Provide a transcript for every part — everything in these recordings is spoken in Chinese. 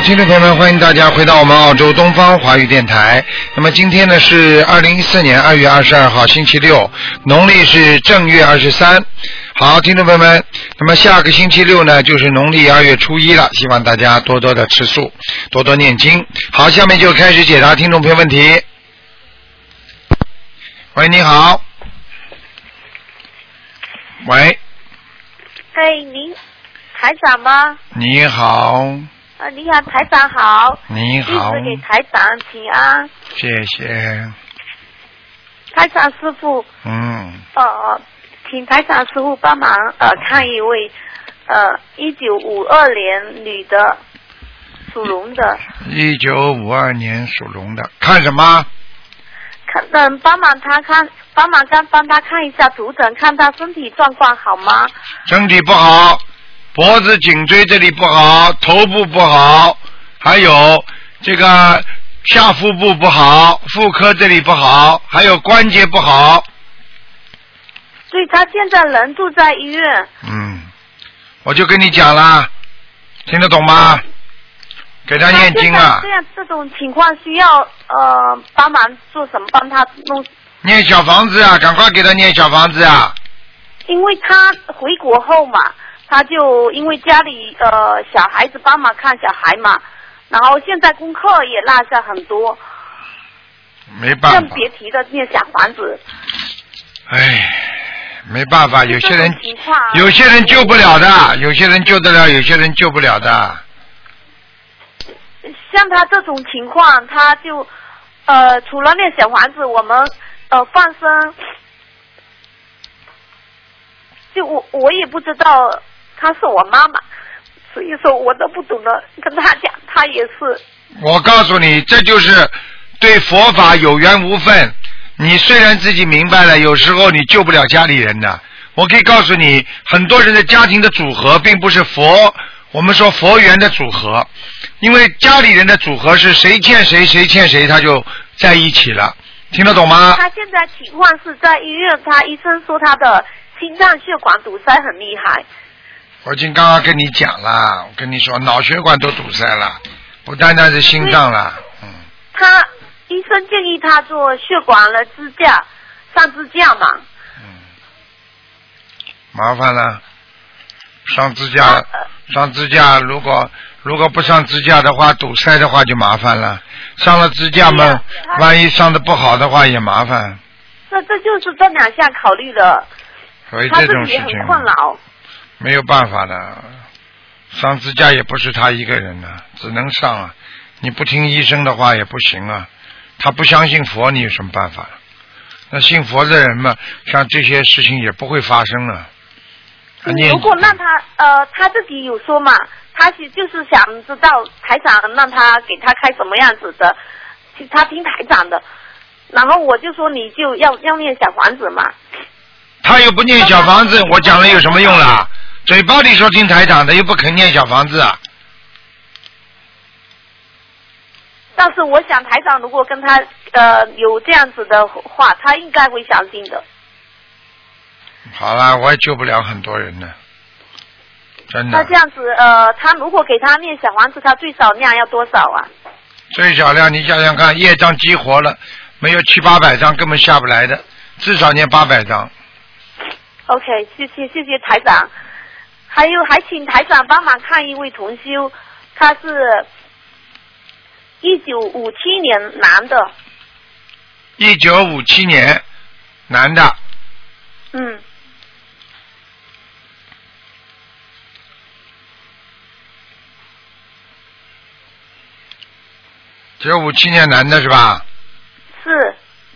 听众朋友们，欢迎大家回到我们澳洲东方华语电台。那么今天呢是2014年2月22号星期六，农历是正月23。好，听众朋友们，那么下个星期六呢就是农历2月初1了，希望大家多多的吃素，多多念经。好，下面就开始解答听众朋友问题。喂，你好。喂。 嘿，您台长吗？ 你好。 你好，台长好。 你好。 弟子给台长请安。 谢谢。 台长师傅。请台长师傅帮忙看一位1952年女的，属龙的。 1952年属龙的，看什么？ 帮忙他看一下图腾，看他身体状况好吗？ 身体不好，脖子颈椎这里不好，头部不好，还有这个下腹部不好，妇科这里不好，还有关节不好。 所以他现在人住在医院。 我就跟你讲了，听得懂吗？给他念经啊。 这种情况需要帮忙做什么？帮他弄。 念小房子啊，赶快给他念小房子啊。 因为他回国后嘛，他就因为家里小孩子帮忙看小孩嘛，然后现在功课也落下很多。 没办法。 更别提的念小房子。 没办法，有些人救不了的，有些人救得了，有些人救不了的。 像他这种情况，他就除了念小房子，我们放生，就我也不知道，她是我妈妈，所以说我都不懂得跟他讲，他也是。 我告诉你，这就是对佛法有缘无分。你虽然自己明白了，有时候你救不了家里人的。我可以告诉你，很多人的家庭的组合并不是我们说佛缘的组合，因为家里人的组合是谁欠谁，谁欠谁，他就在一起了，听得懂吗？ 他现在情况是在医院，他医生说他的心脏血管堵塞很厉害。 我已经刚刚跟你讲了，我跟你说脑血管都堵塞了，不单单是心脏了。 医生建议他做血管的支架，上支架嘛。 麻烦了，上支架，如果不上支架的话，堵塞的话就麻烦了。上了支架嘛，万一上的不好的话也麻烦。 这就是这两项考虑了。 所以这种事情他自己也很困扰。 没有办法的，上支架也不是他一个人的，只能上啊。你不听医生的话也不行啊。他不相信佛，你有什么办法？那信佛的人嘛，像这些事情也不会发生了。 如果让他自己有说嘛，他就是想知道台长让他给他开什么样子的，他听台长的，然后我就说你就要念小房子嘛。 他又不念小房子，我讲了有什么用啦？嘴巴里说听台长的，又不肯念小房子啊。 但是我想台长如果跟他有这样子的话，他应该会相信的。 好了，我也救不了很多人呢，真的。 那这样子他如果给他念小房子，他最少量要多少啊？ 最少量你想想看，业障激活了，没有700-800张根本下不来的，至少念800张。 OK， 谢谢台长。还请台长帮忙看一位同修，他是1957年男的。 1957年男的。1957年男的是吧？ 是。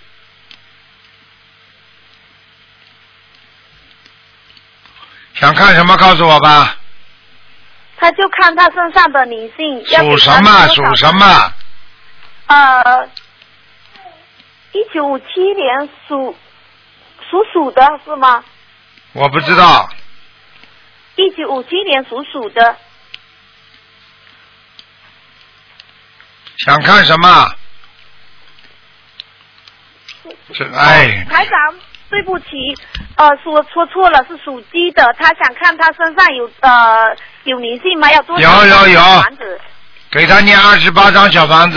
想看什么告诉我吧。 他就看他身上的灵性。 属什么 ？1957年属鼠的是吗？ 我不知道。 1957年属鼠的。 想看什么？ 台长，对不起，说错了，是属鸡的。他想看他身上有灵性吗？要多少房子？ 给他念28张小房子。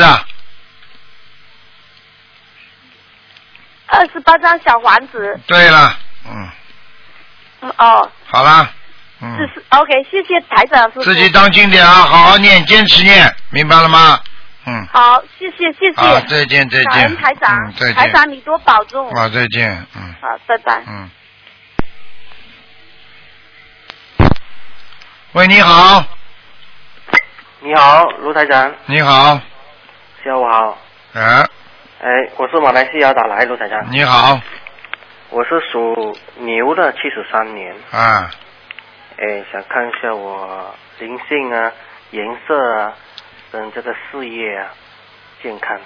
28张小房子。 对了， 哦。 好了， 是 OK， 谢谢台长师傅。 自己当经典啊，好好念，坚持念，明白了吗？ 好，谢谢。 好，再见。 感恩台长， 再见。 台长你多保重。 好，再见。 好，拜拜。 喂，你好。 你好，卢台长。 你好。 下午好。我是马来西亚打来，卢台长。 你好。 我是属牛的，73年。想看一下我灵性啊、颜色啊，跟这个事业啊、健康。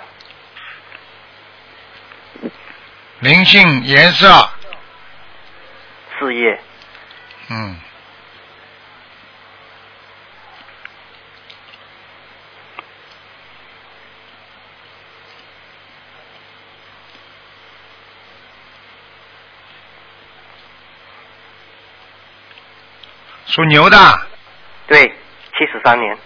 灵性、颜色、 事业。 属牛的。 对，73年。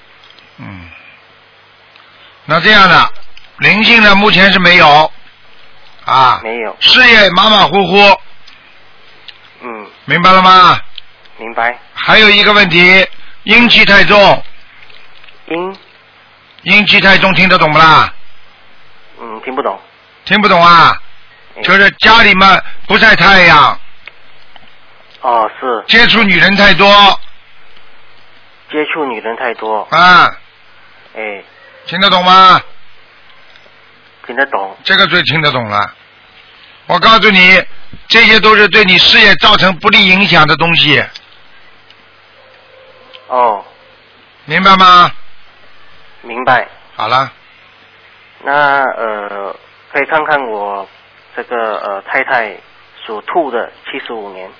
那这样的灵性呢，目前是没有。 没有。 事业马马虎虎。明白了吗？ 明白。 还有一个问题，阴气太重。阴气太重，听得懂不啦？ 听不懂。 听不懂啊？就是家里面不晒太阳。 是。 接触女人太多。听得懂吗？ 听得懂。 这个最听得懂了。我告诉你，这些都是对你事业造成不利影响的东西。明白吗？ 明白。 好了。 那可以看看我这个太太属兔的，75年。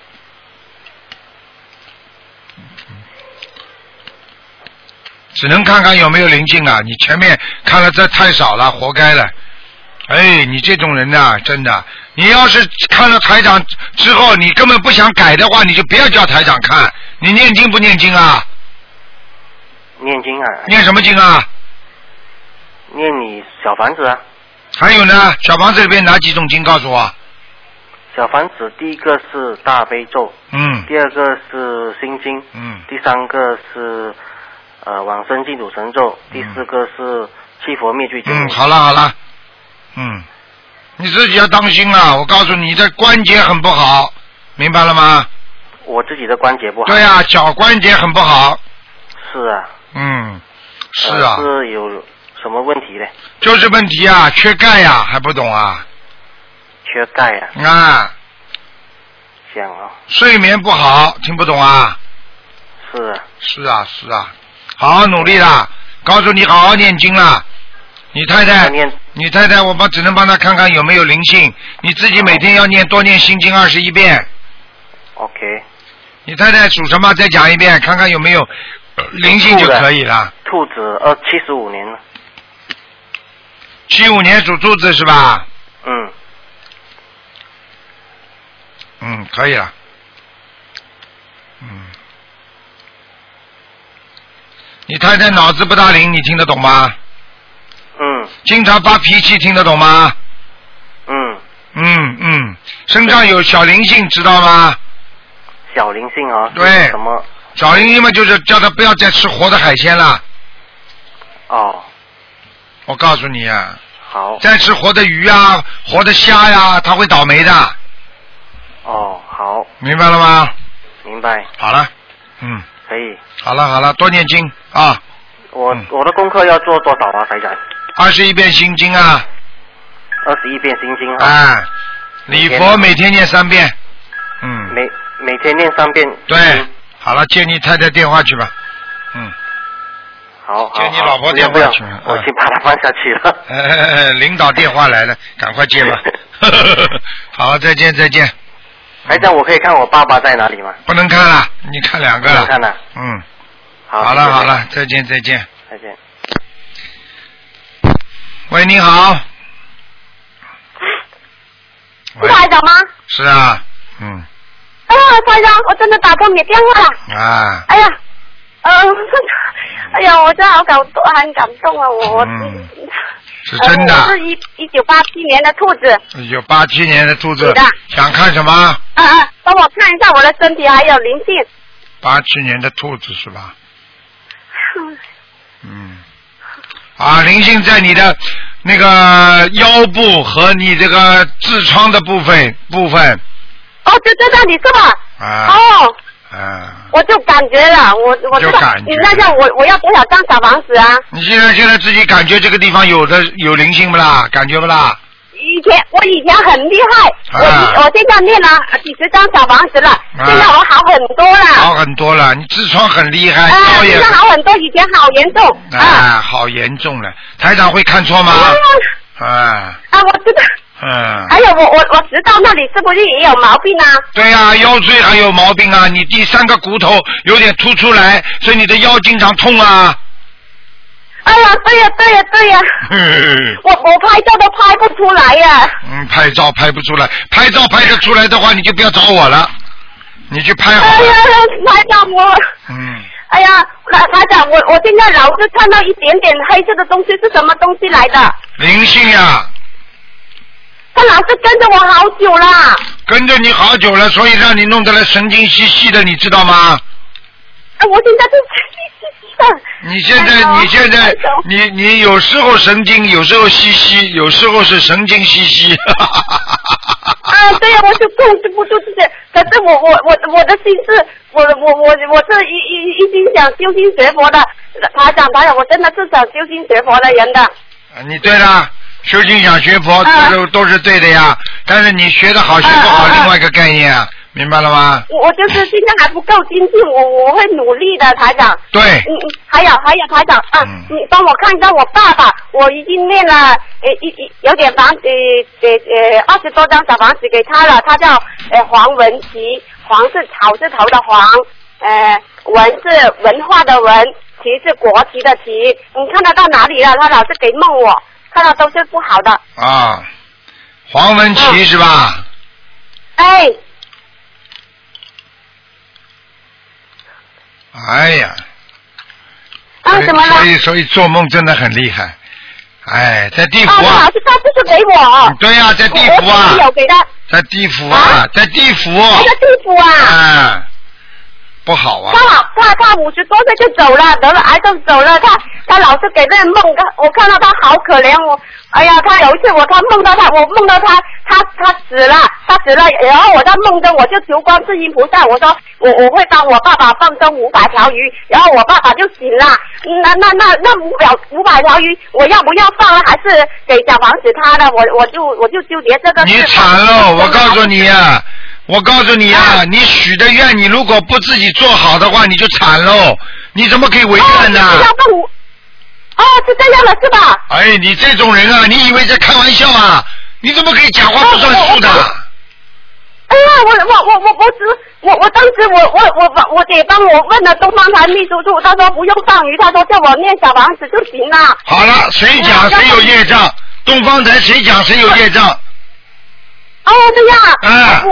只能看看有没有灵性啊！你前面看了这太少了，活该了。你这种人呐，真的，你要是看了台长之后，你根本不想改的话，你就不要叫台长看。你念经不念经啊？ 念经啊。 念什么经啊？ 念你小房子啊。 还有呢？小房子里面哪几种经告诉我？ 小房子第一个是大悲咒。第二个是心经。第三个是往生净土神咒。第四个是七佛灭罪经。 好了。你自己要当心啊！我告诉你，的关节很不好，明白了吗？ 我自己的关节不好。 对啊，脚关节很不好。 是啊。 是啊。 是有什么问题呢？ 就是问题啊，缺钙呀，还不懂啊？ 缺钙啊。想啊。 睡眠不好，听不懂啊？是啊。好好努力啦！告诉你，好好念经啦！你太太，我只能帮她看看有没有灵性。你自己每天要多念心经21遍。 OK。 你太太属什么？再讲一遍，看看有没有灵性就可以了。 兔子，75年了。 75年属兔子是吧？可以了。你太太脑子不大灵，你听得懂吗？经常发脾气，听得懂吗？身上有小灵性，知道吗？ 小灵性啊？ 对。 什么？ 小灵性嘛，就是叫他不要再吃活的海鲜了。我告诉你啊。 好。 再吃活的鱼啊，活的虾呀，他会倒霉的。 好。 明白了吗？ 明白。 好了。 可以。 好了，多念经啊。 我的功课要做多少啊，台长 ？21遍心经啊。 21遍心经啊。 礼佛每天念3遍。 每天念3遍。 对。好了，接你太太电话去吧。 好。 接你老婆电话去。 我先把它放下去了。 领导电话来了，赶快接吧。好，再见。 台长，我可以看我爸爸在哪里吗？ 不能看了，你看2个了。 不能看了。 好了，再见。 再见。 喂，你好。 是台长吗？ 是啊。 台长，我真的打通你电话了。哎呀， 哎呀，我真的好很感动啊！我是真的。 我是1987年的兔子。 1987年的兔子。想看什么？ 帮我看一下我的身体还有灵性。 87年的兔子是吧？灵性在你的那个腰部和你这个痔疮的部分。 哦，就在那里是吧？我就感觉了，我知道。你那叫我要多少张小房子啊？ 你现在自己感觉这个地方有灵性不啦？感觉不啦？ 我以前很厉害，我现在念了几十张小房子了，现在我好很多了。 好很多了，你痔疮很厉害， 现在好很多，以前好严重。 好严重了，台长会看错吗？ 我知道。还有我食道那里是不是也有毛病啊？ 对呀，腰椎还有毛病啊！你第3个骨头有点凸出来，所以你的腰经常痛啊。 哎呀，对呀。我拍照都拍不出来呀。 拍照拍不出来，拍照拍得出来的话，你就不要找我了，你去拍好了。 哎呀，台长我。哎呀，台长我现在老是看到一点点黑色的东西，是什么东西来的？ 灵性呀。 他老是跟着我好久啦。 跟着你好久了，所以让你弄得来神经兮兮的，你知道吗？ 我现在是你现在你有时候神经，有时候兮兮，有时候是神经兮兮。 对呀，我就控制不住这些。可是我的心是，我是一心想修心学佛的。台长，我真的是想修心学佛的人的。 你对了。修心想学佛都是对的呀，但是你学得好学不好另外一个概念啊，明白了吗？ 我就是现在还不够精进，我会努力的，台长。 对。 还有台长你帮我看一下我爸爸，我已经念了有点房子20多张小房子给他了，他叫黄文琪，黄是草字头的黄，文是文化的文，旗是国旗的旗，你看得到哪里了？他老是给梦我。看到都是不好的黄文琪是吧？ 哎呀， 怎么了？ 所以做梦真的很厉害。在地府老师他不是给我。 对呀，在地府啊。 有给他。 在地府啊，在地府。 在地府啊。 不好啊！ 他50多岁就走了，得了癌症走了。他老是给人梦，我看到他好可怜。他有一次我梦到他死了，然后我在梦中我就求观世音菩萨，我说我会帮我爸爸放生500条鱼，然后我爸爸就醒了。那500条鱼我要不要放了，还是给小房子他的？我就纠结这个事。 你惨了，我告诉你啊，你许的愿，你如果不自己做好的话，你就惨喽！你怎么可以违愿呢？ 是这样的，是吧？ 你这种人啊，你以为在开玩笑啊？你怎么可以讲话不算数的？ 我当时我姐帮我问了东方台秘书处，他说不用放鱼，他说叫我念小房子就行了。 好了，谁讲谁有业障？东方台谁讲谁有业障？ 这样。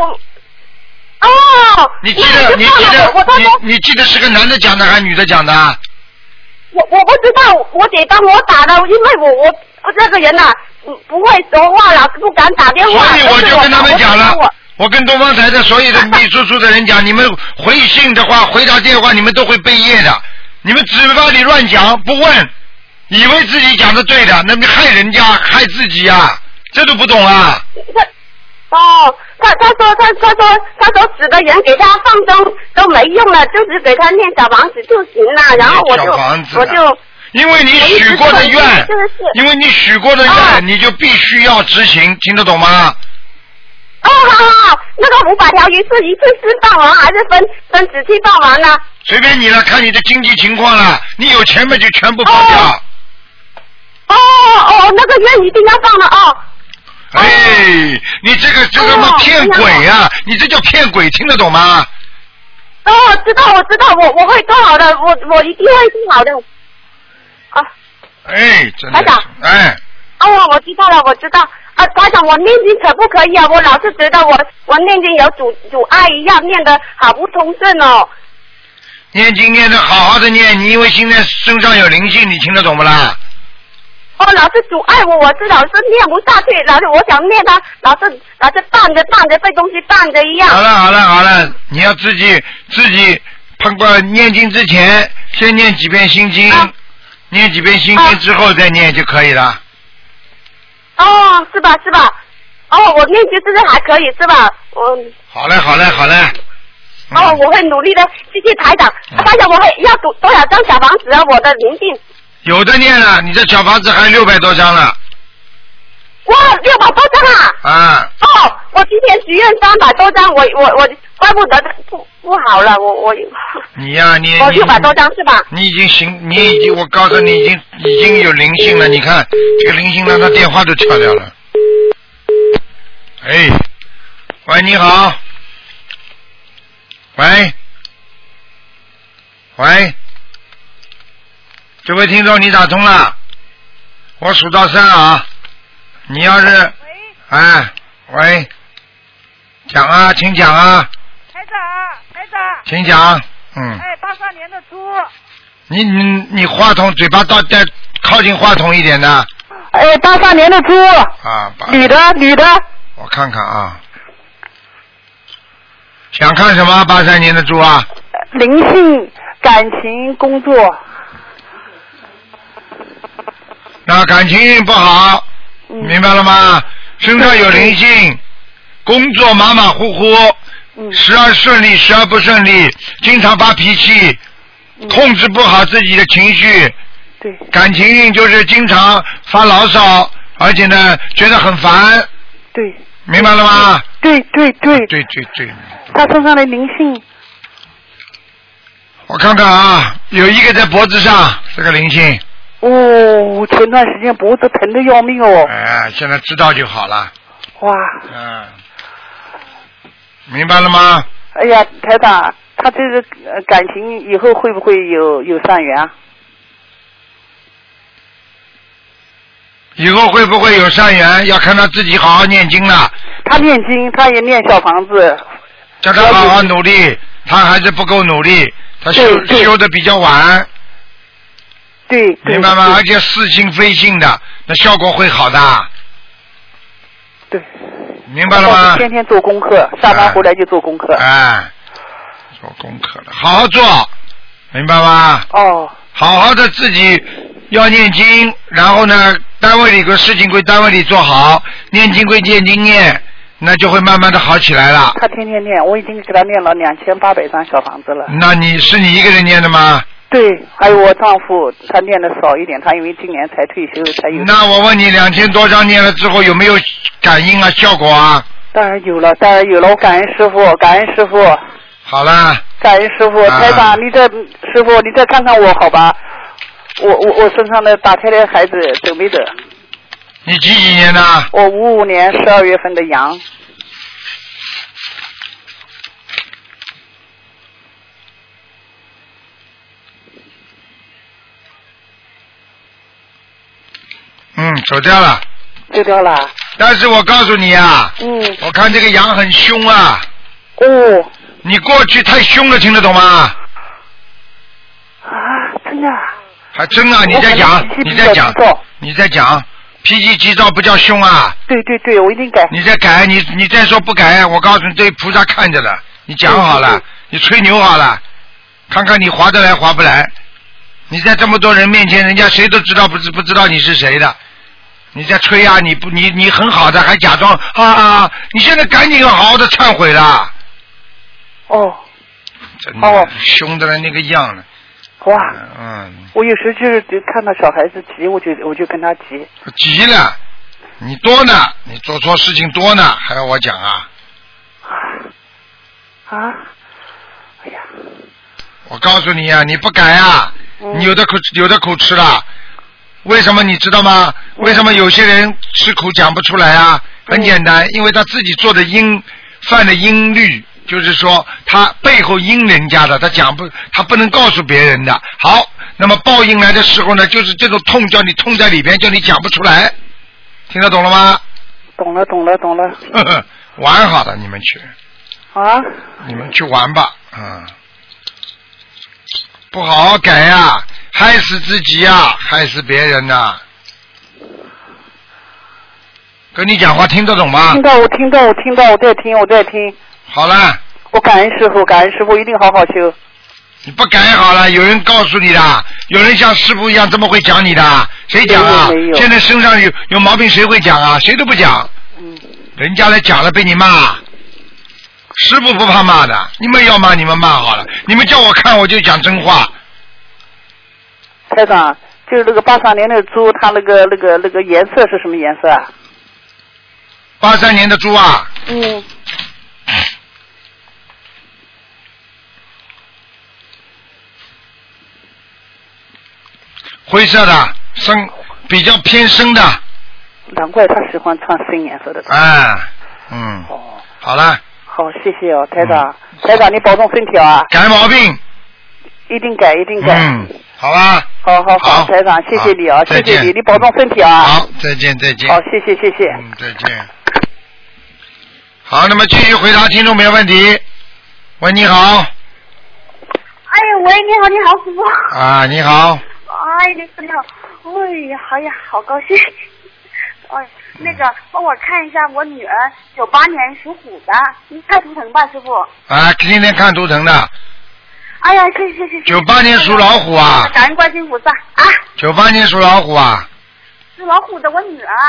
你记得是个男的讲的还是女的讲的？ 我不知道，我姐帮我打的，因为我这个人不会说话了，不敢打电话。 所以我就跟他们讲了，我跟东方台的所有的秘书处的人讲，你们回信的话，回答电话，你们都会背业的。你们只把你乱讲，不问，以为自己讲的对的，那你害人家害自己啊，这都不懂啊。他说死的人给他放生都没用了，就是给他念小房子就行了。然后我就因为你许过的愿，你就必须要执行，听得懂吗？ 好，那个500条鱼是一次性放完还是分子期放完呢？ 随便你了，看你的经济情况了。你有钱嘛就全部放掉。 那个愿一定要放了你这个嘛骗鬼啊！你这叫骗鬼，听得懂吗？ 知道，我会做好的，我一定会做好的。 真的。台长。 我知道。台长，我念经可不可以啊？我老是觉得我念经有阻碍一样，念得好不通顺哦。 念经念的好好的念，你因为现在身上有灵性，你听得懂不啦？ 哦，老师阻碍我，我知道是念不下去，老师我想念他，老师荡着被东西荡着一样。 好了，你要自己通过念经之前，先念几遍心经，念几遍心经之后再念就可以了。 哦，是吧？哦，我念经这是还可以是吧？我。 好嘞。 哦，我会努力的，谢谢台长。台长，我会要多少张小房子啊？我的灵性。有的念了，你这小房子还600多张了。 哇，600多张啊！ 啊。 哦，我今天许愿300多张，我怪不得不好了，我。 你呀，你。 我600多张是吧？ 你已经，我告诉你，已经有灵性了。你看这个灵性，让他电话都跳掉了。哎，喂，你好。喂，这位听众你打通了，我数到3啊，你要是，喂，讲啊，请讲啊。 台长。 请讲， 83年的猪。 你话筒嘴巴再靠近话筒一点的。 83年的猪。 啊， 女的。 我看看啊。想看什么？83年的猪啊？ 灵性、感情、工作。 那感情运不好，明白了吗？身上有灵性，工作马马虎虎，时而顺利，时而不顺利，经常发脾气，控制不好自己的情绪。 对。 感情运就是经常发牢骚，而且呢觉得很烦。 对。 明白了吗？ 对。 他身上的灵性， 我看看啊，有一个在脖子上，这个灵性。 哦，前段时间脖子疼得要命哦。 现在知道就好了。 哇。 明白了吗？ 哎呀，台长，他这个感情以后会不会有善缘啊？ 以后会不会有善缘，要看他自己好好念经了。 他念经，他也念小房子。 叫他好好努力，他还是不够努力，他修的比较晚。 对。 明白吗？而且似信非信的，那效果会好的。 对。 明白了吗？ 天天做功课，下班回来就做功课。 做功课了，好好做，明白吗？ 哦。 好好的自己要念经，然后呢，单位里个事情归单位里做好，念经归念经念，那就会慢慢的好起来了。 他天天念，我已经给他念了2800张小房子了。 那你是你一个人念的吗？ 对，还有我丈夫，他念的少一点，他因为今年才退休才有。 那我问你，2000多张念了之后有没有感应啊、效果啊？ 当然有了，我感恩师傅。 好了。 感恩师傅，台长，师傅你再看看我好吧？我身上的打胎的孩子走没走？ 你几年的？ 我55年12月份的羊。 走掉了。 走掉了。 但是我告诉你啊，我看这个羊很凶啊。 哦。 你过去太凶了，听得懂吗？ 啊，真的。 还真啊！你在讲，脾气急躁不叫凶啊。 对，我一定改。 你再改，你再说不改，我告诉你，对菩萨看着了。你讲好了，你吹牛好了，看看你划得来划不来。你在这么多人面前，人家谁都知道不知道你是谁的。你在吹啊！你很好的，还假装啊！你现在赶紧要好好的忏悔了。 哦。 真的凶的那个样了。 哇。我有时就是看到小孩子急，我就跟他急。 急了，你多呢，你做错事情多呢，还要我讲啊？ 哎呀！ 我告诉你啊，你不改啊，你有的苦吃了。为什么你知道吗？为什么有些人吃苦讲不出来啊？很简单，因为他自己做的犯的阴律，就是说他背后阴人家的，他不能告诉别人的。好，那么报应来的时候呢，就是这种痛叫你痛在里边，叫你讲不出来。听得懂了吗？ 懂了。 玩好了，你们去。 啊？ 你们去玩吧， 不好好改呀，害死自己呀，害死别人呐。跟你讲话听得懂吗？ 听到，我在听。 好了。 我感恩师傅，一定好好修。 你不改好了，有人告诉你的，有人像师傅一样这么会讲你的，谁讲啊？现在身上有毛病，谁会讲啊？谁都不讲。人家来讲了被你骂，师傅不怕骂的，你们要骂你们骂好了，你们叫我看我就讲真话。 台长，就是那个83年的猪，它那个颜色是什么颜色啊 ？83年的猪啊？灰色的，比较偏深的。 难怪他喜欢穿深颜色的。 好了。 好，谢谢哦，台长。台长，你保重身体啊。 改毛病。 一定改。 好吧。 好，台长，谢谢你啊，谢谢你，你保重身体啊。 好，再见。 好，谢谢。 再见。好，那么继续回答听众没有问题。喂，你好。 哎呀，喂，你好，师傅。 啊，你好。 哎，你好。哎呀，好高兴。那个，帮我看一下我女儿98年属虎的，你看图腾吧，师傅。 啊，天天看图腾的。 哎呀，谢。 98年属老虎啊。 感恩观世音菩萨啊。 98年属老虎啊。 属老虎的我女儿。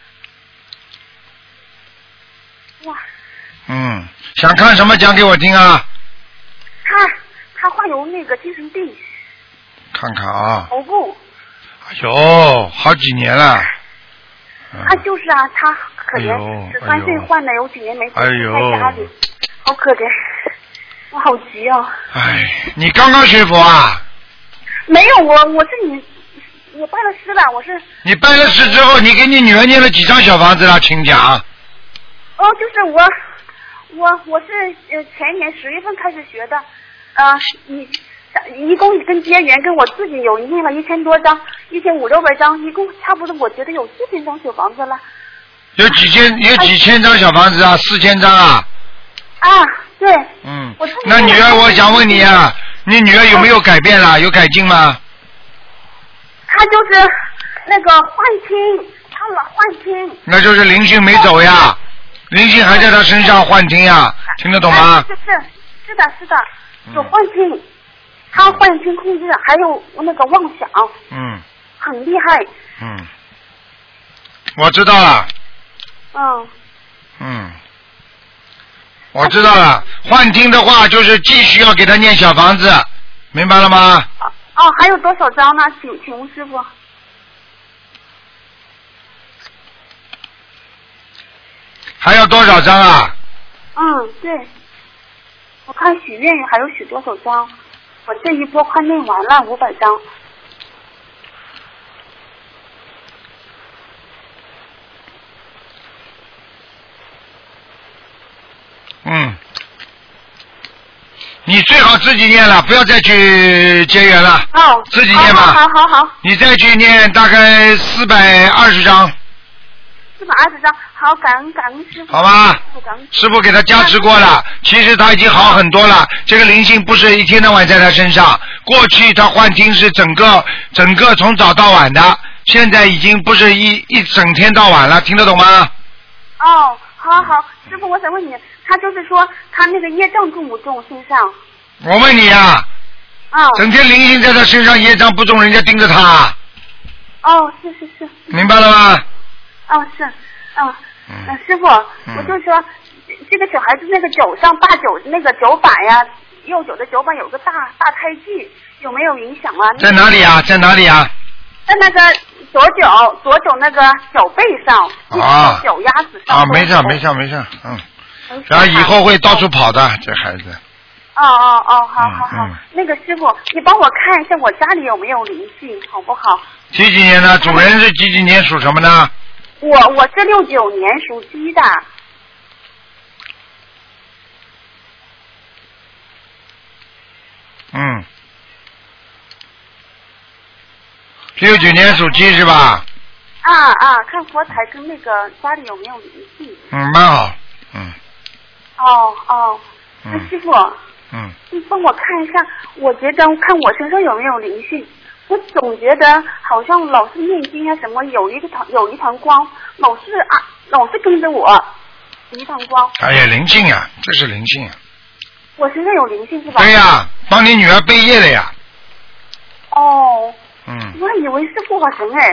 哇。 想看什么讲给我听啊？ 她患有那个精神病。 看看啊。 头部。 哎呦，好几年了。 就是啊，他可怜，13岁患了，有几年没在家里，好可怜，我好急啊！ 你刚刚学佛啊？ 没有，我是我拜了师了，我是。你拜了师之后，你给你女儿念了几张小房子了？请讲。 就是我是前年10月份开始学的，一共跟结缘跟我自己有念了1000多张，1500-600张，一共差不多我觉得有4000张小房子了。 有几千张小房子啊？4000张啊？ 对。 那女儿，我想问你啊，你女儿有没有改变了？有改进吗？ 她就是那个幻听，她老幻听。 那就是灵性没走呀，灵性还在她身上幻听呀，听得懂吗？ 是的，有幻听。他幻听控制，还有那个妄想，很厉害。 我知道了。我知道了。幻听的话，就是继续要给他念小房子，明白了吗？ 还有多少张呢？请问师傅。 还有多少张啊？ 对。我看许愿还有许多少张？我这一波快念完了500张。 你最好自己念了，不要再去结缘了。自己念吧。 好。 你再去念大概420张。 420张，好，感恩师傅。 好吧。师傅给他加持过了，其实他已经好很多了。这个灵性不是一天到晚在他身上，过去他幻听是整个从早到晚的，现在已经不是一整天到晚了，听得懂吗？ 好，师傅，我想问你，他就是说他那个业障重不重身上？ 我问你呀。整天灵性在他身上，业障不重，人家盯着他。 是。 明白了吗？ 是。师傅，我就说这个小孩子那个脚上那个脚板呀，右脚的脚板有个大胎记，有没有影响啊？ 在哪里啊？在那个左脚那个脚背上，脚丫子上。 没事。然后以后会到处跑的，这孩子。 好。那个师傅，你帮我看一下我家里有没有灵性，好不好？ 几几年的？主人是几几年属什么呢？ 我是69年属鸡的。 69年属鸡是吧？ 看佛台跟那个家里有没有灵性。 蛮好。 那师傅， 你帮我看一下，我觉得看我身上有没有灵性。我总觉得好像老是念经啊什么，有一团光，老是跟着我，一团光。 哎呀，灵性啊，这是灵性啊。 我身上有灵性是吧？ 对呀，帮你女儿背业了呀。 哦。我以为是护法神哎。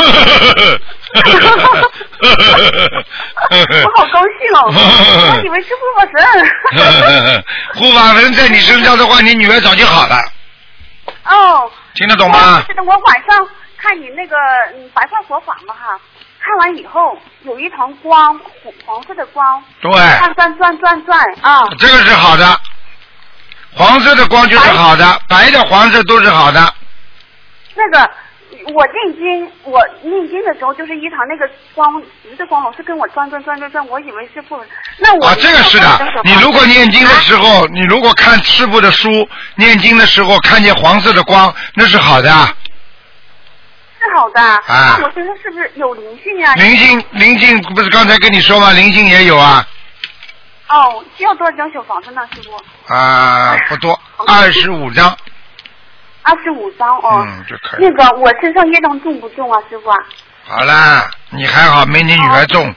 我好高兴哦！我以为是护法神。 护法神在你身上的话，你女儿早就好了。 哦。 听得懂吗？ 是的，我晚上看你那个白话佛法嘛哈，看完以后有一团光，黄色的光。对。转啊。 这个是好的，黄色的光就是好的，白的黄色都是好的。 那个我念经的时候就是一团那个光，直的光老是跟我转，我以为是不。那我这个是的。你如果念经的时候，你如果看师父的书，念经的时候看见黄色的光，那是好的。 是好的。那我身上是不是有灵性啊？ 灵性不是刚才跟你说吗？灵性也有啊。 哦，需要多少张小房子呢，师傅？ 不多，25张。 25张哦。 就可以。 那个我身上业障重不重啊，师傅啊？ 好啦，你还好，没你女儿重。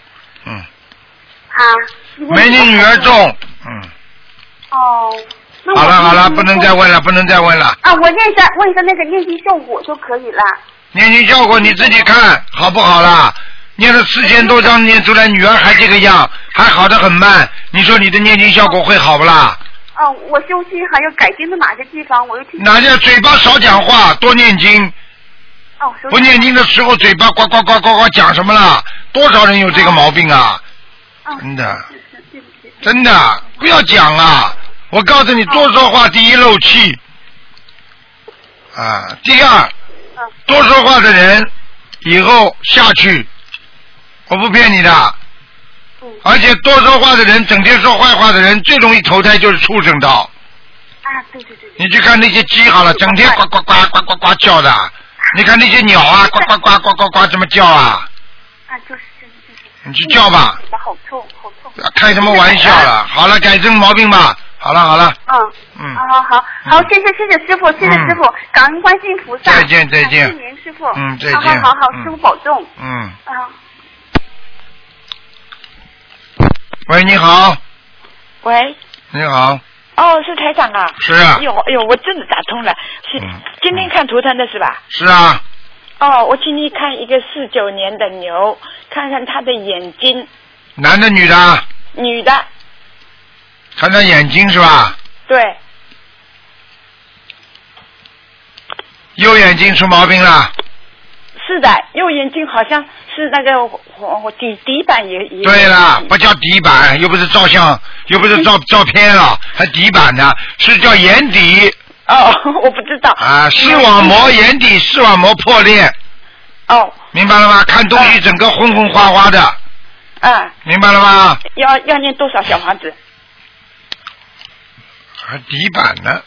没你女儿重。好了，不能再问了。 我问一下那个念经效果就可以了。 念经效果你自己看好不好啦？念了4000多张念出来，女儿还这个样，还好得很慢。你说你的念经效果会好不啦？ 我修心还有改进的哪些地方？我又听。 哪些嘴巴少讲话，多念经。不念经的时候嘴巴呱呱呱呱呱讲什么了？多少人有这个毛病啊？真的。真的不要讲啊！我告诉你，多说话，第一漏气。第二，多说话的人以后下去，我不骗你的。而且多说话的人，整天说坏话的人，最容易投胎就是畜生道。 对。 你去看那些鸡好了，整天呱呱呱呱呱呱叫的。你看那些鸟啊，呱呱呱呱呱呱怎么叫啊？ 就是。 你去叫吧。 好臭。 开什么玩笑了？好了，改正毛病吧。好了。 好，谢谢师傅，感恩观世音菩萨。 再见。谢谢您师傅。 再见。 好，师傅保重。 喂，你好。 喂。 你好。 是台长啊。 是啊。 哎呦，我真的打通了。今天看图腾的是吧？ 是啊。 我请你看一个49年的牛，看看他的眼睛。 男的女的？ 女的。 看他眼睛是吧？ 对。 右眼睛出毛病了。 是的，右眼睛好像是那个底板也。 对了，不叫底板，又不是照相，又不是照片了，还底板呢，是叫眼底。 我不知道。 视网膜眼底视网膜破裂。明白了吗？看东西整个昏昏花花的。明白了吗？ 要念多少小房子？ 还底板呢。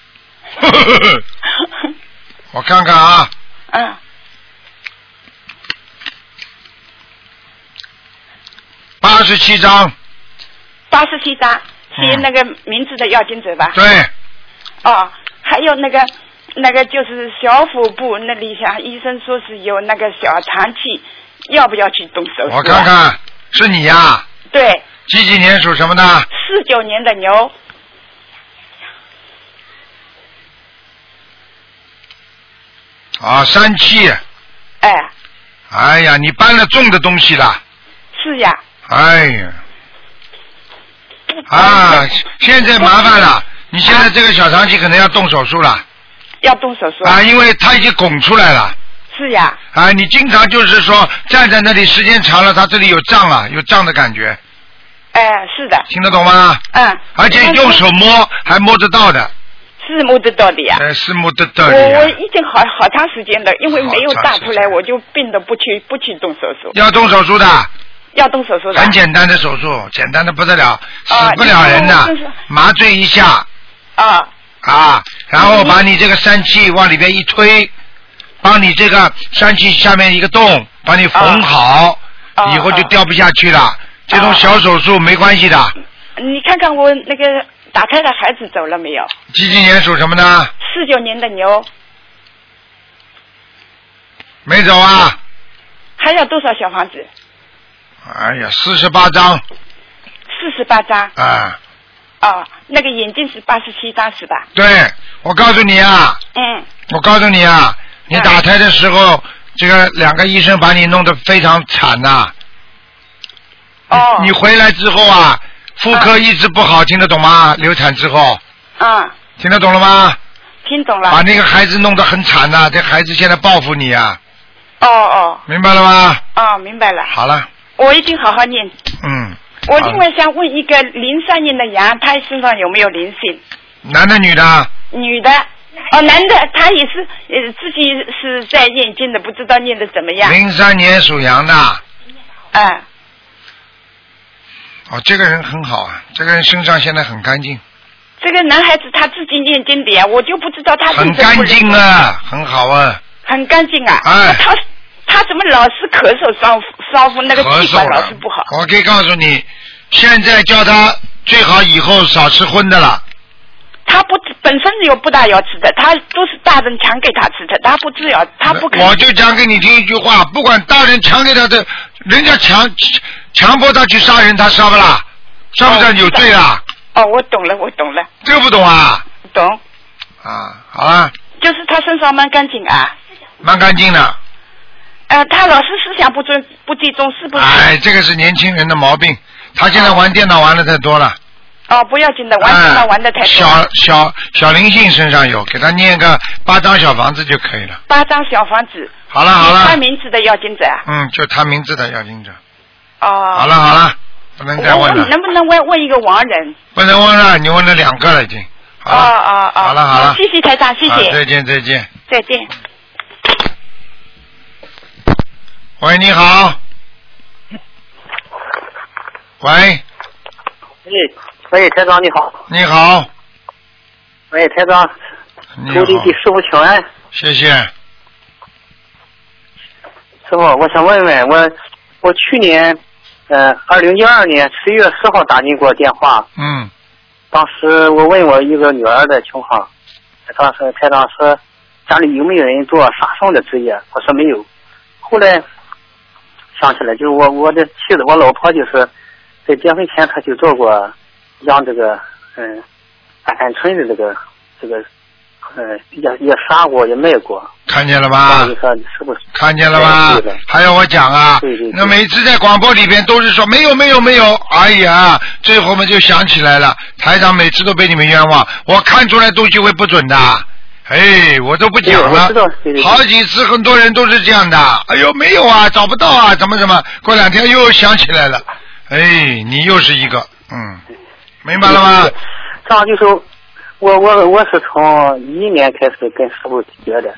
我看看啊。87张。 87张，写那个名字的要经者吧？ 对。 还有那个就是小腹部那里想医生说是有那个小肠气，要不要去动手术？ 我看看，是你呀？ 对。 几年属什么的 ？49年的牛。 疝气。哎呀，你搬了重的东西了。 是呀。 哎呀。现在麻烦了。你现在这个小肠气可能要动手术了。 要动手术因为它已经拱出来了。 是呀。 你经常就是说站在那里时间长了，它这里有胀啊，有胀的感觉。 是的。 听得懂吗？而且用手摸还摸得到的。 是摸得到的呀。 是摸得到的。 我已经好长时间了，因为没有大出来，我就病得不去动手术。 要动手术的。 要动手术的。 很简单的手术，简单的不得了，死不了人的，麻醉一下。然后把你这个疝气往里边一推，帮你这个疝气下面一个洞，把你缝好，以后就掉不下去了。这种小手术没关系的。 你看看我那个打胎的孩子走了没有？ 几年属什么呢 ？49年的牛。 没走啊？ 还要多少小房子？ 哎呀，48张。 48张。 啊。 哦，那个眼睛是87张是吧？ 对，我告诉你啊。我告诉你啊，你打胎的时候，这个2个医生把你弄得非常惨呐。你回来之后啊，妇科一直不好，听得懂吗？流产之后。听得懂了吗？ 听懂了。 把那个孩子弄得很惨呐，这孩子现在报复你啊。明白了吗？明白了。 好了。 我一定好好念。我另外想问一个03年的羊，他身上有没有灵性？ 男的女的？ 女的。男的，他也是自己是在念经的，不知道念的怎么样。 03年属羊的。这个人很好啊，这个人身上现在很干净。 这个男孩子他自己念经的呀，我就不知道他很干净啊，很好啊。 很干净啊。他怎么老是咳嗽烧腹那个气管老是不好？ 我可以告诉你，现在叫他最好以后少吃荤的了。 他本身有不大要吃的，他都是大人强给他吃的，他不吃要，他不肯。 我就讲给你听一句话，不管大人强给他的，人家强迫他去杀人，他杀不啦？杀不上有罪啦？ 我懂了。 这个不懂啊？ 懂。 好了。 就是他身上蛮干净啊。 蛮干净的。 他老是思想不集中，是不是？ 这个是年轻人的毛病。他现在玩电脑玩的太多了。 不要紧的，玩电脑玩的太多。 小灵性身上有，给他念个8张小房子就可以了。 8张小房子。 好了。 他名字的要经者。 就他名字的要经者。 好了，不能再问了。 能不能问一个亡人？ 不能问了，你问了2个了已经。好了。 谢谢台长，谢谢。 再见。 再见。 喂，你好。 喂，台长你好。 你好。 喂，台长。徒弟给师傅请安。 谢谢。 师傅，我想问问我去年2012年11月10号打进过电话。当时我问我一个女儿的情况，台长说家里有没有人做杀生的职业，我说没有。后来想起来，就是我的妻子，我老婆就是在结婚前她就做过养这个鹌鹑的这个也杀过也卖过。 看见了吧？看见了吧？还要我讲啊？ 对。 那每次在广播里边都是说没有，哎呀，最后嘛就想起来了。台长每次都被你们冤枉，我看出来东西会不准的。我都不讲了。好几次很多人都是这样的。哎呦，没有啊，找不到啊，怎么？过2天又想起来了。你又是一个。明白了吗？ 这样就是我是从11年开始跟师傅学的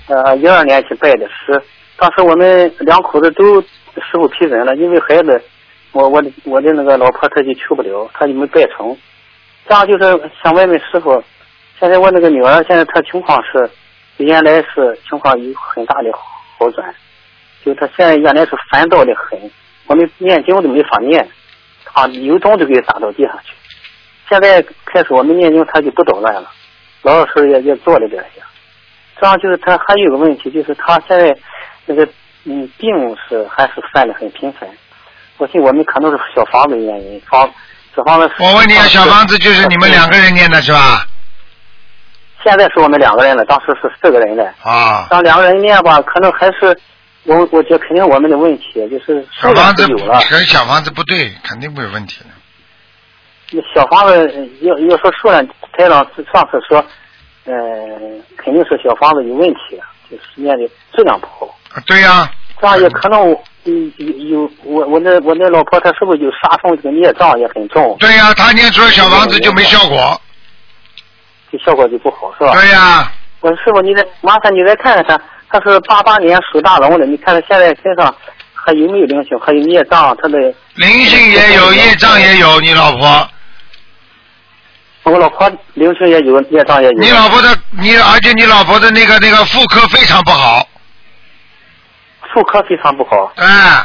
，12年去拜的师。当时我们2口子都师傅批准了，因为孩子，我的那个老婆她就去不了，她就没拜成。这样就是想问问师傅，现在我那个女儿现在她情况是，原来是情况有很大的好转，就她现在原来是烦躁的很，我们念经都没法念，她有种就给打到地上去。现在开始我们念经，他就不捣乱了，老师也做了点些。这样就是他还有个问题，就是他现在那个病还是犯的很频繁。我信我们可能是小房子原因，小房子。 我问你啊，小房子就是你们2个人念的是吧？ 现在是我们2个人了，当时是4个人了。让2个人念吧，可能还是我觉得肯定我们的问题就是小房子有了，跟小房子不对，肯定会有问题的。 小房子要说数量，台长上次说，肯定是小房子有问题，就是念的质量不好。 对呀。 这样也可能有我那老婆她是不是有杀生这个孽障也很重？ 对呀，她念出来小房子就没效果。 这效果就不好是吧？ 对呀。 我师傅，麻烦你再看看他是88年属大龙的，你看他现在身上还有没有灵性，还有孽障？他的灵性也有，业障也有，你老婆。 我老婆灵性也有，业障也有。 你老婆的而且你老婆的那个妇科非常不好。 妇科非常不好。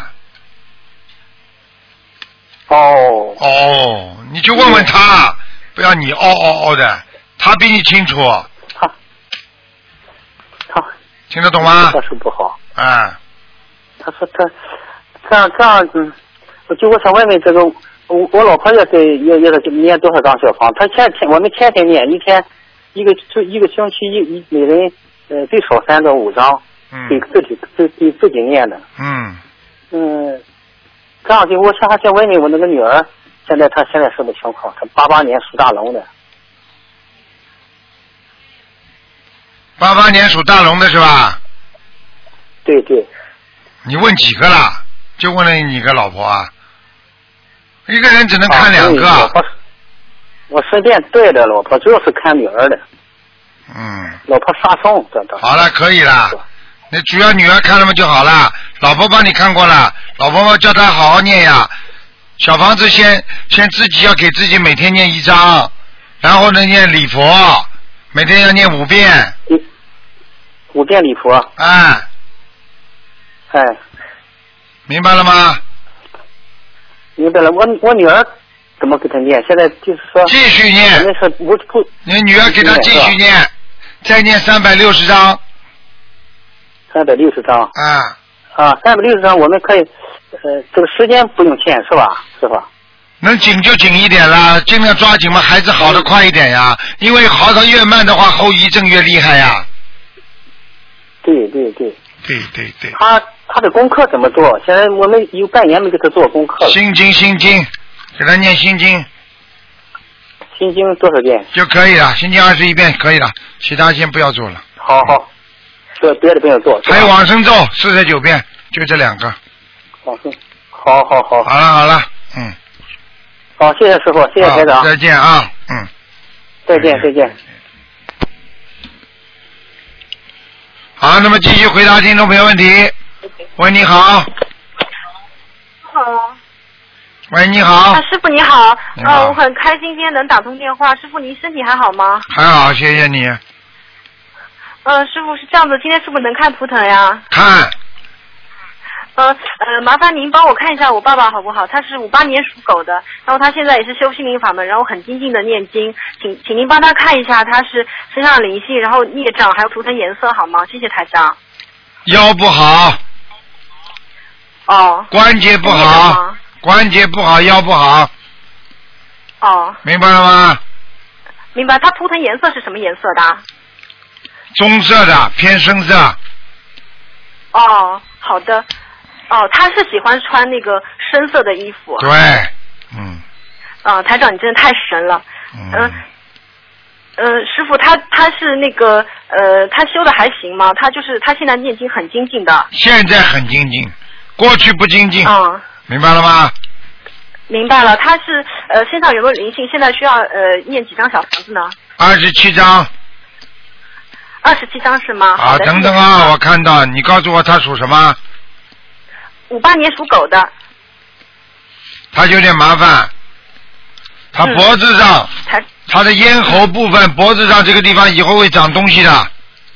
你就问问他， 不要你嗷的，他比你清楚。 他听得懂吗？ 他说不好。 啊。 他说他这样就我想问问这个，我老婆也是念多少张小房？她我们天天念，一天一个星期每人最少3到5张，给自己念的。这样就我还想问问我那个女儿，她现在什么情况？她88年属大龙的。 88年属大龙的是吧？ 对对。 你问几个了？就问了你个老婆啊？一个人只能看2个。 我顺便带的老婆，主要是看女儿的。老婆杀生， 好了，可以了。那主要女儿看了嘛就好了，老婆帮你看过了，老婆叫她好好念呀。小房子先自己要给自己每天念1张，然后呢念礼佛，每天要念5遍。 5遍礼佛。 明白了吗？ 明白了，我女儿怎么给她念？现在就是说继续念。你女儿给她继续念，再念360张。 360张。360张我们可以，这个时间不用欠是吧？是吧？ 能紧就紧一点啦，尽量抓紧嘛，孩子好的快一点呀。因为好的越慢的话，后遗症越厉害呀。 对。他的功课怎么做？现在我们有半年没给他做功课了。 心经，给他念心经。 心经多少遍？ 就可以了，心经21遍可以了，其他先不要做了。 好，别的不要做。 还有往生咒49遍，就这2个。 好。 好了。 好，谢谢师傅，谢谢台长。 再见啊。 再见。 好，那么继续回答听众朋友问题。喂，你好。 好。 喂，你好。 师傅你好。我很开心今天能打通电话。师傅您身体还好吗？ 还好，谢谢你。 师傅是这样子，今天是不是能看图腾呀？ 看。 麻烦您帮我看一下我爸爸好不好？他是58年属狗的，然后他现在也是修心灵法门，然后很精进的念经，请您帮他看一下他是身上灵性，然后孽障还有图腾颜色好吗？谢谢台长。 腰不好。关节不好，腰不好。明白了吗？ 明白。他图腾颜色是什么颜色的？ 棕色的，偏深色。 好的。他是喜欢穿那个深色的衣服。 对。 台长你真的太神了。师傅他是那个他修的还行吗？他现在念经很精进的。 现在很精进，过去不精进。明白了吗？ 明白了。他是身上有没有灵性？现在需要念几张小房子呢 ？27张。 27张是吗？ 等等啊，我看到你告诉我他属什么 ？58年属狗的。 他有点麻烦，他脖子上，他的咽喉部分，脖子上这个地方以后会长东西的。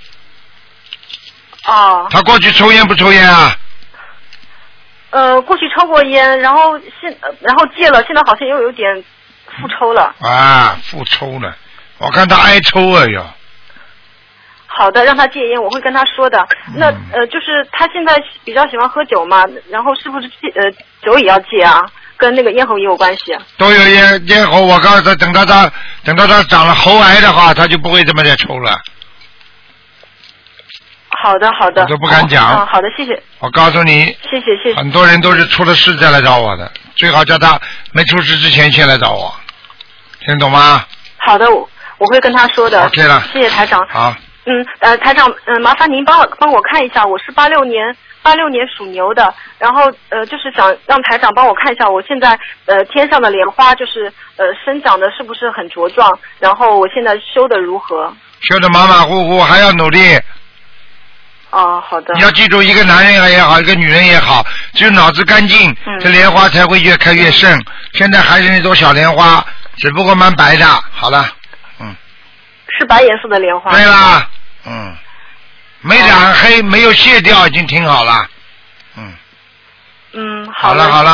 他过去抽烟不抽烟啊？ 过去抽过烟，然后戒了，现在好像又有点复抽了。 复抽了，我看他爱抽了哟。 好的，让他戒烟，我会跟他说的。那就是他现在比较喜欢喝酒嘛，然后是不是酒也要戒啊？跟那个咽喉也有关系。都有咽喉，我告诉他，等到他长了喉癌的话，他就不会这么再抽了。 好的。我都不敢讲。 好的，谢谢。 我告诉你。 谢谢。 很多人都是出了事再来找我的，最好叫他没出事之前先来找我，听得懂吗？ 好的，我会跟他说的。 OK 了。 谢谢台长。 好。 台长，麻烦您帮我看一下，我是86年属牛的，然后就是想让台长帮我看一下，我现在天上的莲花就是生长的是不是很茁壮，然后我现在修的如何？ 修的马马虎虎，还要努力。 好的。 你要记住，一个男人也好，一个女人也好，只有脑子干净，这莲花才会越开越盛。现在还是那朵小莲花，只不过蛮白的。好了， 是白颜色的莲花。 对啦。没染黑，没有卸掉，已经挺好了。 好了。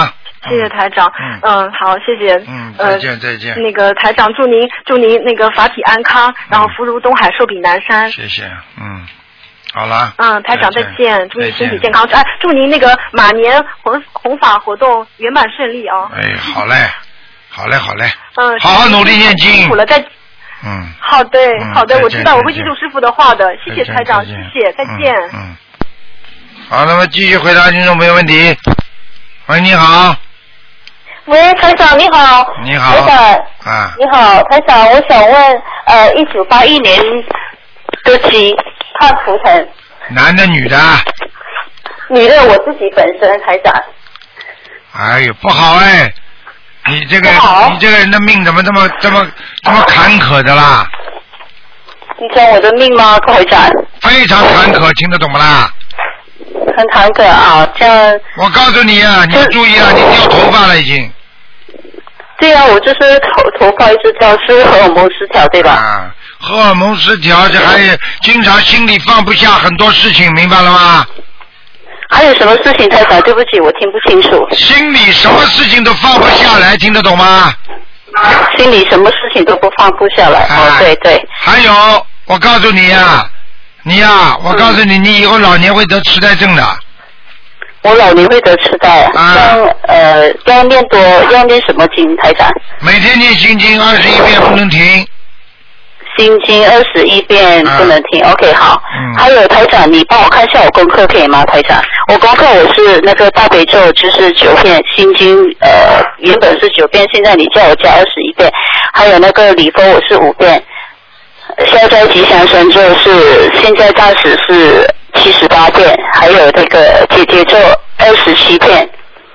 谢谢台长。好，谢谢。 再见再见。 那个台长，祝您那个法体安康，然后福如东海，寿比南山。 谢谢。好了。 台长再见，祝您身体健康。祝您那个马年弘法活动圆满顺利哦。 好嘞。好嘞。好好努力念经。 辛苦了，好的，我知道，我会记住师父的话的。谢谢台长，谢谢，再见。 好，那么继续回答听众朋友问题。喂，你好。 喂，台长你好。 你好。 台长。你好，台长，我想问，1981年的鸡看图腾。 男的女的？ 女的，我自己本身，台长。 哎呦，不好哎！你这个人的命怎么这么坎坷的啦？ 你讲我的命吗，台长？ 非常坎坷，听得懂不啦？ 很坎坷啊，这样。 我告诉你啊，你要注意啊，你掉头发了已经。 对啊，我就是头发一直掉，是荷尔蒙失调对吧？ 荷尔蒙失调，这还经常心里放不下很多事情，明白了吗？ 还有什么事情，台长？对不起，我听不清楚。 心里什么事情都放不下来，听得懂吗？ 心里什么事情都不放不下来。对。 还有，我告诉你啊，我告诉你，你以后老年会得痴呆症的。 我老年会得痴呆。要念什么经，台长？ 每天念心经21遍，不能停。 心经21遍不能停。OK， 好。还有台长，你帮我看一下我功课可以吗？台长，我功课我是那个大悲咒就是9遍，心经原本是9遍，现在你叫我加21遍。还有那个礼佛我是5遍，消灾吉祥神咒是现在暂时是78遍，还有那个姐姐咒27遍。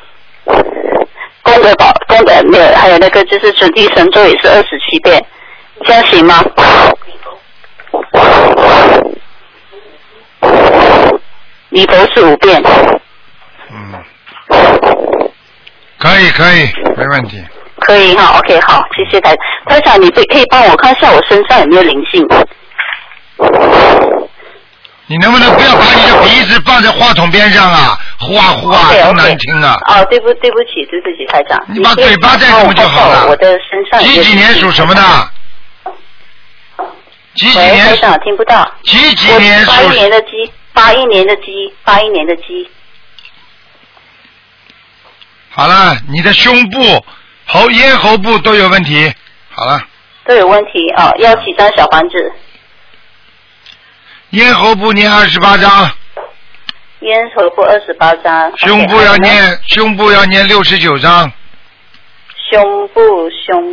功德没有，还有那个就是准提神咒也是27遍。这样行吗？礼佛是5遍。 可以，没问题。 可以哈 ，OK， 好，谢谢台长，你可以帮我看一下我身上有没有灵性？ 你能不能不要把你的鼻子放在话筒边上啊？呼啊呼啊，多难听啊！ 对不起，台长。 你把嘴巴在住就好了。 我的身上。 几年属什么的？几年？ 台长听不到。 几年属 ？81年的鸡，81年的鸡。 好了，你的胸部、咽喉部都有问题。好了。 都有问题啊！要几张小房子？ 咽喉部念28章。 咽喉部28章。 胸部要念69章。 胸部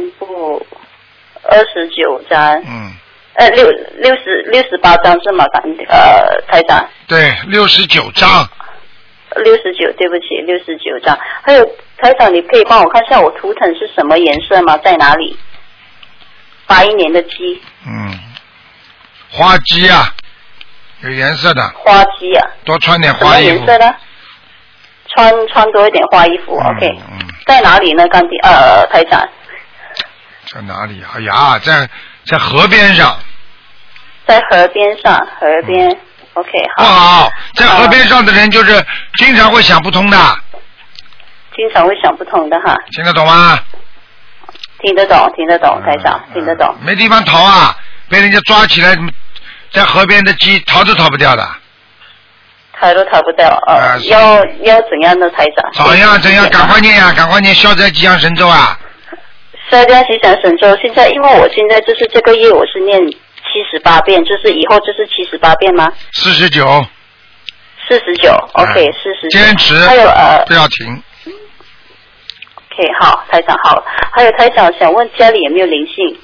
29章。68章是吗？台长。 对，69章。 69，对不起，69章。还有台长，你可以帮我看一下我图腾是什么颜色吗？在哪里？81年的鸡。 花鸡啊，有颜色的。 花鸡啊。 多穿点花衣服。 什么颜色的？穿多一点花衣服。OK。在哪里呢？台长。 在哪里？哎呀，在河边上。 在河边上。OK， 好。 不好，在河边上的人就是经常会想不通的。 经常会想不通的哈。 听得懂吗？ 听得懂，台长，听得懂。 没地方逃啊，被人家抓起来，在河边的鸡逃都逃不掉的。 逃都逃不掉要怎样的台长？ 怎样？赶快念消灾吉祥神咒啊！ 消灾吉祥神咒，现在因为我现在就是这个月我是念78遍，就是以后就是78遍吗 ？49 ，OK， 49。 坚持。 还有不要停。 OK， 好，台长好。还有台长想问家里有没有灵性？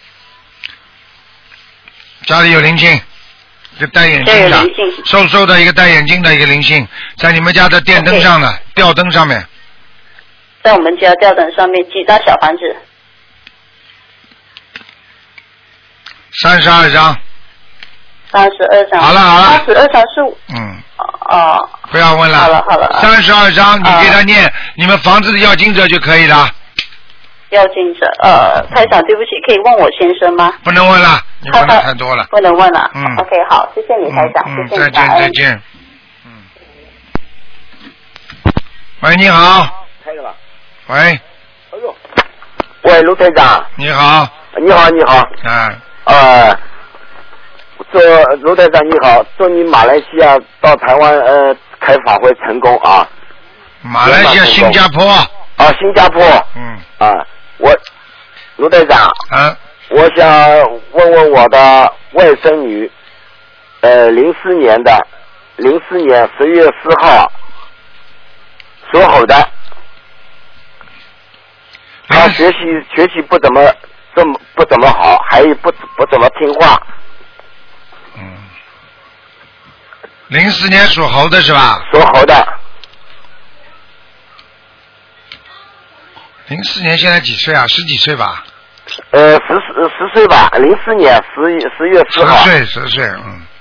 家里有灵性，一个戴眼镜的，瘦的一个戴眼镜的一个灵性，在你们家的电灯上呢，吊灯上面。 在我们家吊灯上面几张小房子 ？32张。 32张。 好了。 32张是。 不要问了。 好了。 32张，你给他念，你们房子的要经者就可以了。 要经者，台长，对不起，可以问我先生吗？ 不能问了，你问的太多了。 不能问了。OK， 好，谢谢你，台长，谢谢你。 再见。喂，你好。 开了吧。 喂。 喂，卢台长。 你好。 你好，你好。祝卢台长你好，祝你马来西亚到台湾开法会成功啊！ 马来西亚、新加坡。 新加坡。我卢台长。我想问问我的外甥女，04年10月4号属猴的，她学习不怎么好，还不怎么听话。 04年属猴的是吧？ 属猴的。 04年现在几岁啊？10几岁吧 ？10岁吧，04年10月4号。 10岁，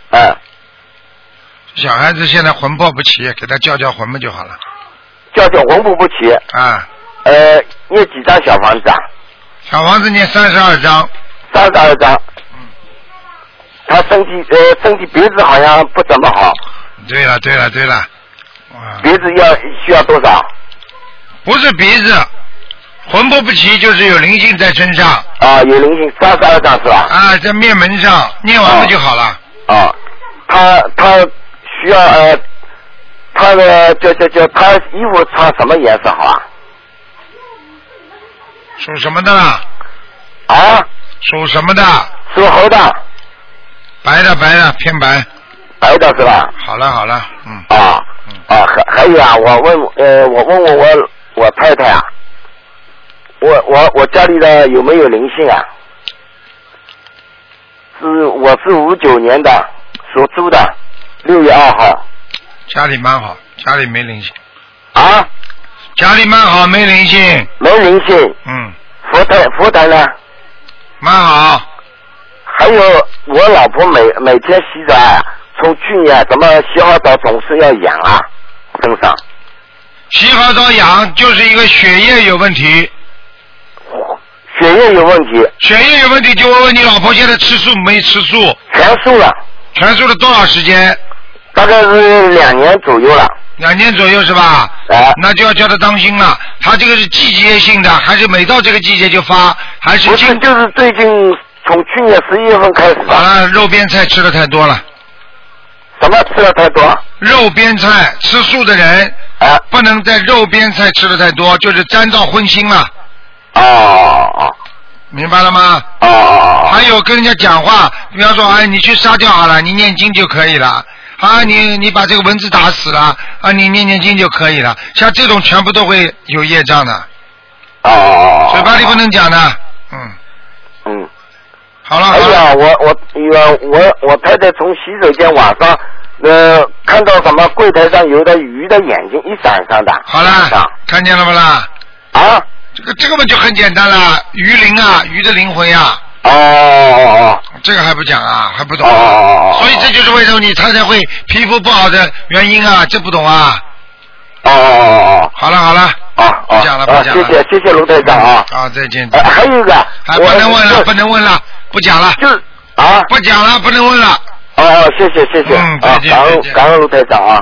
小孩子现在魂魄不齐，给他叫魂不就好了。 叫魂魄不齐。念几张小房子啊？ 小房子念32张。 32张。他身体鼻子好像不怎么好。 对了。 鼻子需要多少？ 不是鼻子，魂魄不齐就是有灵性在身上。 有灵性32张是吧？ 在面门上念完了就好了。 他需要他的他衣服穿什么颜色好啊？ 属什么的啦？属什么的？ 属猴的。 白的，偏白。 白的是吧？ 好了， 还有啊，我问我太太啊，我家里的有没有灵性啊？我是59年的，属猪的，6月2号。 家里蛮好，家里没灵性。 家里蛮好，没灵性。 没灵性。佛台呢？ 蛮好。 还有我老婆每天洗澡啊，从去年怎么洗好澡总是要痒啊，身上。 洗好澡痒就是一个血液有问题。 血液有问题。 血液有问题就问问你老婆现在吃素没吃素？ 全素了。 全素了多少时间？ 大概是2年左右了。 2年左右是吧？那就要叫他当心了。他这个是季节性的，还是每到这个季节就发？还是？ 不是，就是最近从去年11月份开始。 好了，肉边菜吃的太多了。 什么吃的太多？ 肉边菜，吃素的人不能在肉边菜吃的太多，就是沾到荤腥了。明白了吗？还有跟人家讲话，比方说，你去杀掉好了，你念经就可以了。你把这个蚊子打死了，你念经就可以了。像这种全部都会有业障的。嘴巴里不能讲的。好了。 哎呀，我太太从洗手间晚上看到什么柜台上有的鱼的眼睛一闪闪的。 好了，看见了不啦？这个嘛就很简单了，鱼灵啊，鱼的灵魂呀。这个还不讲啊，还不懂。所以这就是为什么你太太会皮肤不好的原因啊，这不懂啊。好了。不讲了。 谢谢卢台长啊。 再见。 还有一个。 不能问了，不讲了。不讲了，不能问了。 谢谢。 再见。 感恩卢台长啊。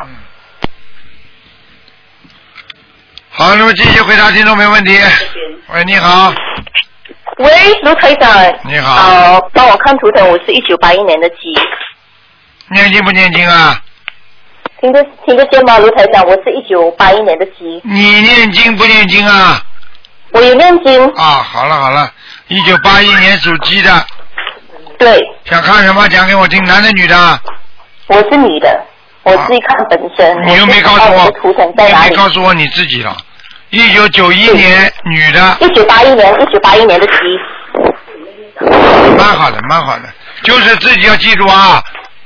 好，那么继续回答听众没问题。喂，你好。 喂，卢台长。 你好。 帮我看图腾，我是1981年的鸡。 念经不念经啊？ 听得见吗，卢台长？我是1981年的鸡。 你念经不念经啊？ 我有念经。 好了，1981年属鸡的。 对。 想看什么？讲给我听，男的女的？ 我是女的，我自己看本身。 你又没告诉我图腾在哪里？ 你没告诉我你自己了。1991年女的。 1981年的鸡。 蛮好的，就是自己要记住啊，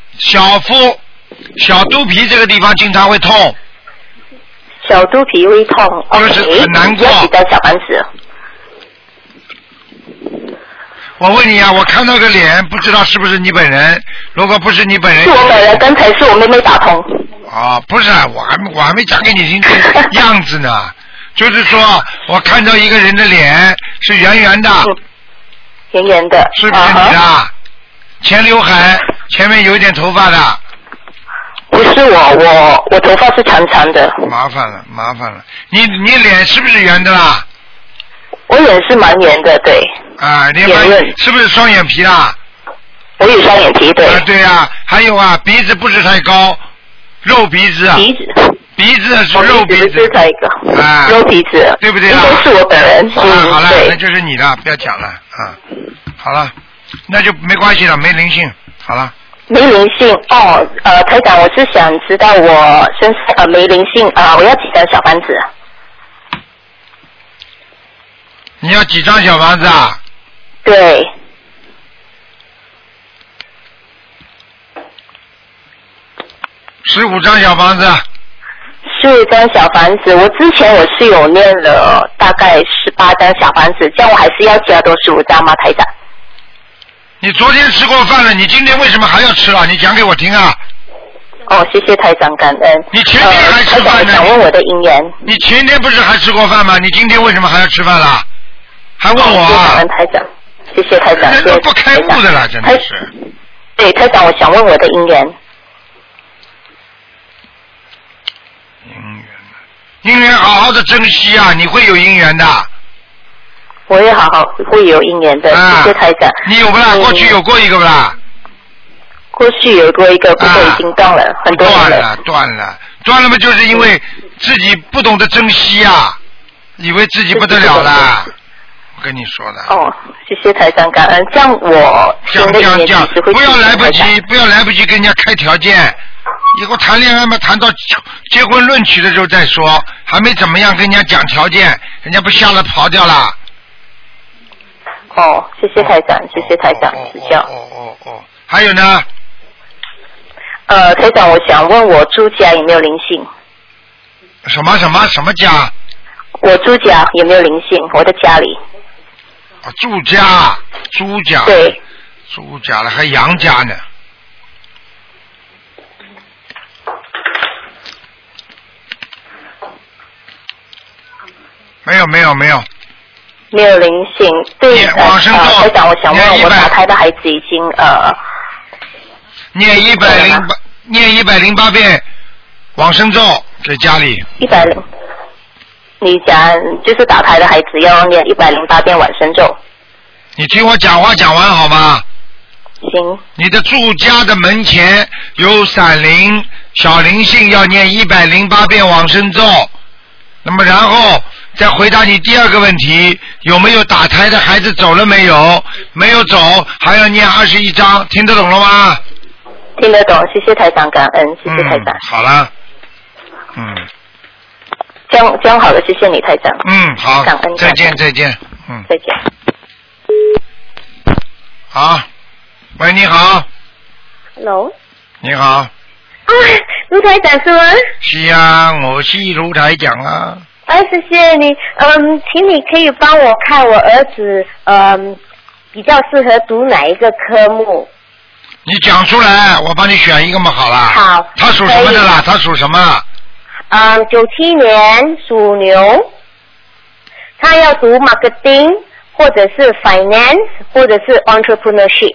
小肚皮这个地方经常会痛。 小肚皮会痛， 就是很难过。 要几张小房子？ 我问你啊，我看到个脸，不知道是不是你本人？如果不是你本人， 是我本人，刚才是我妹妹打通。 不是，我还没讲给你听这个样子呢。就是说我看到一个人的脸是圆圆的。 圆圆的。 是不是你的？前刘海，前面有一点头发的。 不是我头发是长长的。 麻烦了，你脸是不是圆的啦？ 我眼是蛮圆的，对。 啊，脸蛮是不是双眼皮啦？ 我有双眼皮，对。 啊，对啊，还有啊，鼻子不是太高，肉鼻子啊。鼻子是肉鼻子。 才一个。 啊。 肉鼻子。 对不对啊？ 应该是我本人。 好了好了，那就是你的，不要讲了啊。好了，那就没关系了，没灵性。好了。 没灵性哦，台长，我是想知道我身上没灵性我要几张小房子？ 你要几张小房子啊？ 对。 15张小房子。 15张小房子，我之前我是有念了大概18张小房子，这样我还是要加多15张吗，台长？ 你昨天吃过饭了，你今天为什么还要吃了？你讲给我听啊！ 哦，谢谢台长，感恩。 你前天还吃饭呢？ 想问我的姻缘。 你前天不是还吃过饭吗？你今天为什么还要吃饭了？还问我啊？ 感恩台长，谢谢台长。 人都不开悟的了，真的是。 对，台长，我想问我的姻缘。 姻缘好好的珍惜啊，你会有姻缘的。 我也好好会有姻缘的，谢谢台长。 你有不啦？过去有过一个不啦？ 过去有过一个，不过已经断了，很多年了。 断了嘛，就是因为自己不懂得珍惜啊，以为自己不得了啦。我跟你说的。哦， 谢谢台长，感恩。这样我讲，不要来不及跟人家开条件。以后谈恋爱嘛，谈到结婚论娶的时候再说，还没怎么样跟人家讲条件，人家不吓得跑掉了。 哦，谢谢台长，谢谢台长指教。 还有呢？ 台长，我想问我住家有没有灵性？ 什么家？ 我住家有没有灵性？我的家里。 住家。对。住家了，还杨家呢。没有。没有灵性，对。 往生咒。 台长，我想问我打胎的孩子已经念108遍往生咒在家里。 100，你讲就是打胎的孩子要念108遍往生咒。 你听我讲话讲完好吗？ 行。 你的住家的门前有闪灵小灵性，要念108遍往生咒。那么然后再回答你第二个问题，有没有打胎的孩子走了没有？没有走，还要念21章，听得懂了吗？ 听得懂，谢谢台长，感恩，谢谢台长。 好了。 这样好了，谢谢你台长。 好， 感恩， 再见。再见。好，喂，你好。 Hello。 你好。 卢台长是吗？ 是啊，我是卢台长啊。 谢谢你。请你可以帮我看我儿子比较适合读哪一个科目？ 你讲出来，我帮你选一个嘛，好了。 好。 他属什么的啦？他属什么 ？97年属牛，他要读 marketing 或者是 finance 或者是 entrepreneurship。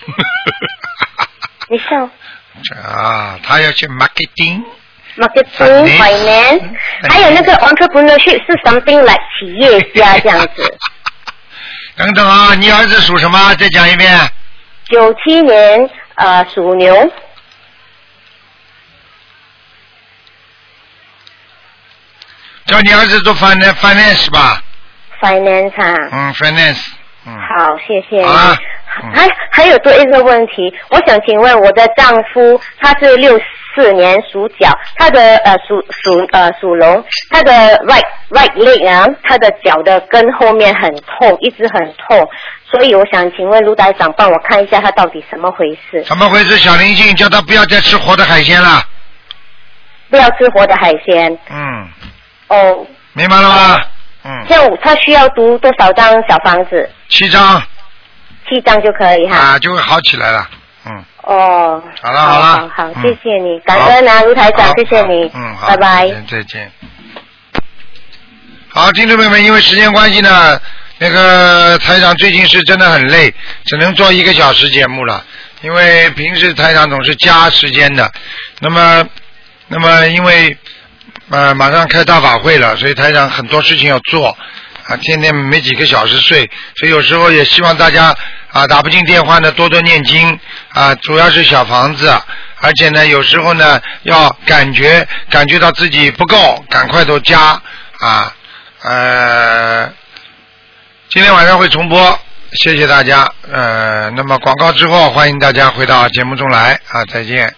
你笑。 他要去 marketing。 finance， 还有那个 entrepreneurship 是 something like 企业家这样子。 等等啊，你儿子属什么？再讲一遍。 97年属牛。 叫你儿子做 finance 吧。 finance 啊。 finance。 好，谢谢你。还有多一个问题，我想请问我的丈夫，他是64年属脚，他的属龙，他的 right leg 啊，他的脚的跟后面很痛，一直很痛，所以我想请问卢台长帮我看一下他到底什么回事。 什么回事？小灵性叫他不要再吃活的海鲜了。 不要吃活的海鲜。明白了吗？ 这样他需要读多少张小房子 ？7张。 7张就可以哈。 就会好起来了。好了。好，谢谢你，感恩啊，卢台长，谢谢你。 好， 拜拜。 再见。好，听众朋友们，因为时间关系呢，那个台长最近是真的很累，只能做1个小时节目了，因为平时台长总是加时间的。那么因为马上开大法会了，所以台长很多事情要做啊，天天没几个小时睡，所以有时候也希望大家啊打不进电话呢多多念经啊，主要是小房子，而且呢有时候呢要感觉到自己不够，赶快都加啊。今天晚上会重播，谢谢大家。那么广告之后，欢迎大家回到节目中来啊，再见。